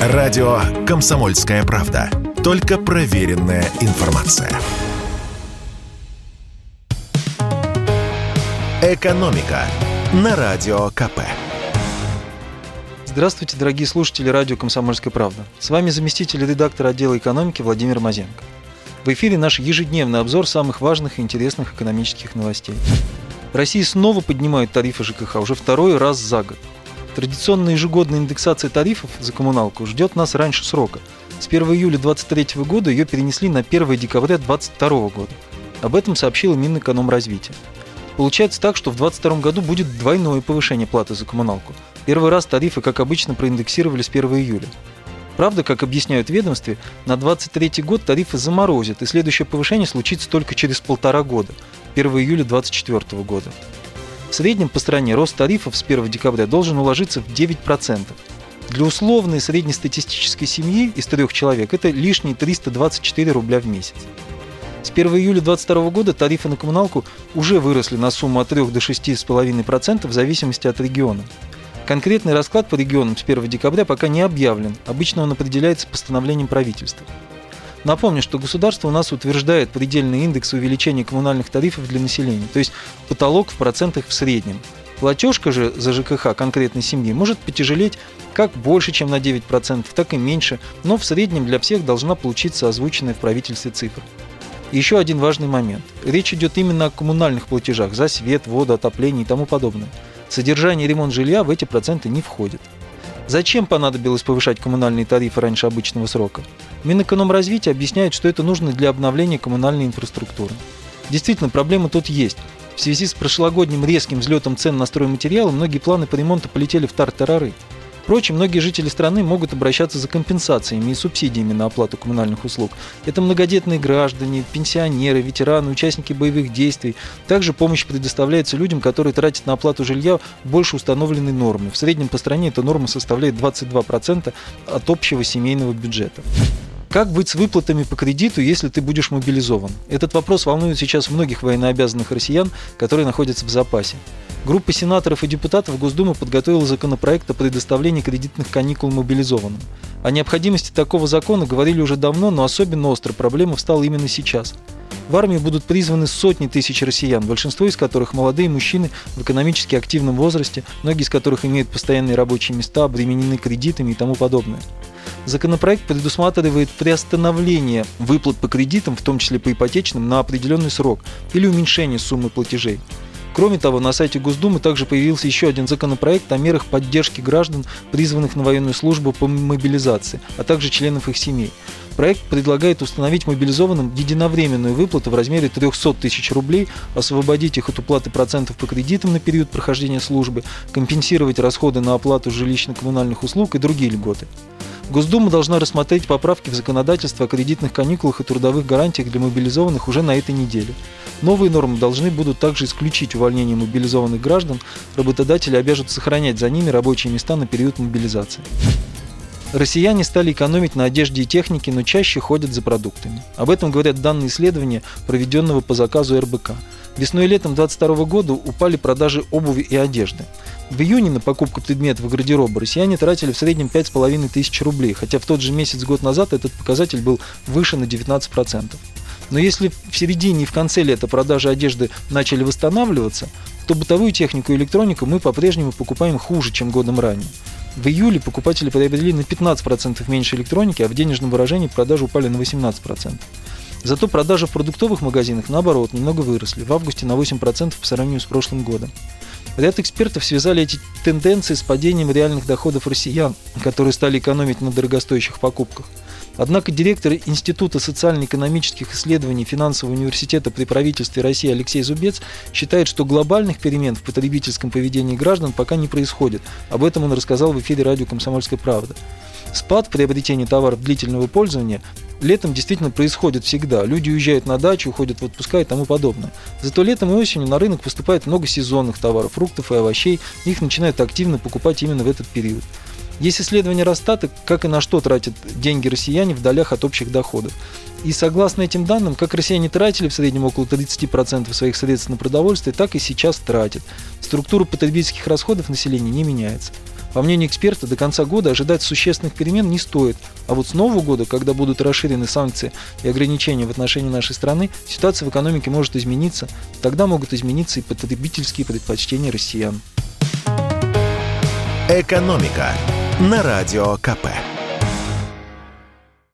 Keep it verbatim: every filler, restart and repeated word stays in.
Радио «Комсомольская правда». Только проверенная информация. «Экономика» на Радио КП. Здравствуйте, дорогие слушатели радио «Комсомольская правда». С вами заместитель редактора отдела экономики Владимир Мазенко. В эфире наш ежедневный обзор самых важных и интересных экономических новостей. В России снова поднимают тарифы ЖКХ уже второй раз за год. Традиционная ежегодная индексация тарифов за коммуналку ждет нас раньше срока. С первого июля две тысячи двадцать третьего года ее перенесли на первое декабря две тысячи двадцать второго года. Об этом сообщило Минэкономразвития. Получается так, что в две тысячи двадцать втором году будет двойное повышение платы за коммуналку. Первый раз тарифы, как обычно, проиндексировали с первого июля. Правда, как объясняют в ведомстве, на две тысячи двадцать третий год тарифы заморозят, и следующее повышение случится только через полтора года, первого июля две тысячи двадцать четвёртого года. В среднем по стране рост тарифов с первого декабря должен уложиться в девять процентов. Для условной среднестатистической семьи из трех человек это лишние триста двадцать четыре рубля в месяц. С первого июля две тысячи двадцать второго года тарифы на коммуналку уже выросли на сумму от трёх до шести целых пяти десятых процента в зависимости от региона. Конкретный расклад по регионам с первого декабря пока не объявлен, обычно он определяется постановлением правительства. Напомню, что государство у нас утверждает предельный индекс увеличения коммунальных тарифов для населения, то есть потолок в процентах в среднем. Платежка же за ЖКХ конкретной семьи может потяжелеть как больше, чем на девять процентов, так и меньше, но в среднем для всех должна получиться озвученная в правительстве цифра. И еще один важный момент. Речь идет именно о коммунальных платежах за свет, воду, отопление и тому подобное. Содержание и ремонт жилья в эти проценты не входит. Зачем понадобилось повышать коммунальные тарифы раньше обычного срока? Минэкономразвития объясняет, что это нужно для обновления коммунальной инфраструктуры. Действительно, проблема тут есть. В связи с прошлогодним резким взлетом цен на стройматериалы многие планы по ремонту полетели в тартарары. Впрочем, многие жители страны могут обращаться за компенсациями и субсидиями на оплату коммунальных услуг. Это многодетные граждане, пенсионеры, ветераны, участники боевых действий. Также помощь предоставляется людям, которые тратят на оплату жилья больше установленной нормы. В среднем по стране эта норма составляет двадцать два процента от общего семейного бюджета. Как быть с выплатами по кредиту, если ты будешь мобилизован? Этот вопрос волнует сейчас многих военнообязанных россиян, которые находятся в запасе. Группа сенаторов и депутатов Госдумы подготовила законопроект о предоставлении кредитных каникул мобилизованным. О необходимости такого закона говорили уже давно, но особенно остро проблема встала именно сейчас. В армию будут призваны сотни тысяч россиян, большинство из которых молодые мужчины в экономически активном возрасте, многие из которых имеют постоянные рабочие места, обременены кредитами и тому подобное. Законопроект предусматривает приостановление выплат по кредитам, в том числе по ипотечным, на определенный срок или уменьшение суммы платежей. Кроме того, на сайте Госдумы также появился еще один законопроект о мерах поддержки граждан, призванных на военную службу по мобилизации, а также членов их семей. Проект предлагает установить мобилизованным единовременную выплату в размере триста тысяч рублей, освободить их от уплаты процентов по кредитам на период прохождения службы, компенсировать расходы на оплату жилищно-коммунальных услуг и другие льготы. Госдума должна рассмотреть поправки в законодательство о кредитных каникулах и трудовых гарантиях для мобилизованных уже на этой неделе. Новые нормы должны будут также исключить увольнение мобилизованных граждан, работодатели обяжут сохранять за ними рабочие места на период мобилизации. Россияне стали экономить на одежде и технике, но чаще ходят за продуктами. Об этом говорят данные исследования, проведенного по заказу эр бэ ка. Весной и летом две тысячи двадцать второго года упали продажи обуви и одежды. В июне на покупку предметов гардероба россияне тратили в среднем пять с половиной тысяч рублей, хотя в тот же месяц год назад этот показатель был выше на девятнадцать процентов. Но если в середине и в конце лета продажи одежды начали восстанавливаться, то бытовую технику и электронику мы по-прежнему покупаем хуже, чем годом ранее. В июле покупатели приобрели на пятнадцать процентов меньше электроники, а в денежном выражении продажи упали на восемнадцать процентов. Зато продажи в продуктовых магазинах, наоборот, немного выросли, в августе на восемь процентов по сравнению с прошлым годом. Ряд экспертов связали эти тенденции с падением реальных доходов россиян, которые стали экономить на дорогостоящих покупках. Однако директор Института социально-экономических исследований Финансового университета при правительстве России Алексей Зубец считает, что глобальных перемен в потребительском поведении граждан пока не происходит. Об этом он рассказал в эфире радио «Комсомольская правда». Спад в приобретении товаров длительного пользования летом действительно происходит всегда. Люди уезжают на дачу, уходят в отпуска и тому подобное. Зато летом и осенью на рынок поступает много сезонных товаров, фруктов и овощей. Их начинают активно покупать именно в этот период. Есть исследование Росстата, как и на что тратят деньги россияне в долях от общих доходов. И согласно этим данным, как россияне тратили в среднем около тридцать процентов своих средств на продовольствие, так и сейчас тратят. Структура потребительских расходов населения не меняется. По мнению эксперта, до конца года ожидать существенных перемен не стоит. А вот с Нового года, когда будут расширены санкции и ограничения в отношении нашей страны, ситуация в экономике может измениться. Тогда могут измениться и потребительские предпочтения россиян. «Экономика» на Радио ка пэ.